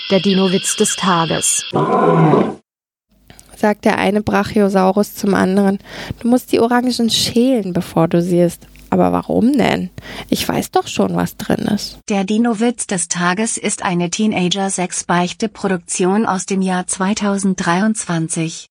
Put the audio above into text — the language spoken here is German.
Der Dino-Witz des Tages. Sagt der eine Brachiosaurus zum anderen. Du musst die Orangen schälen, bevor du sie isst. Aber warum denn? Ich weiß doch schon, was drin ist. Der Dino-Witz des Tages ist eine Teenager-6-Beichte-Produktion aus dem Jahr 2023.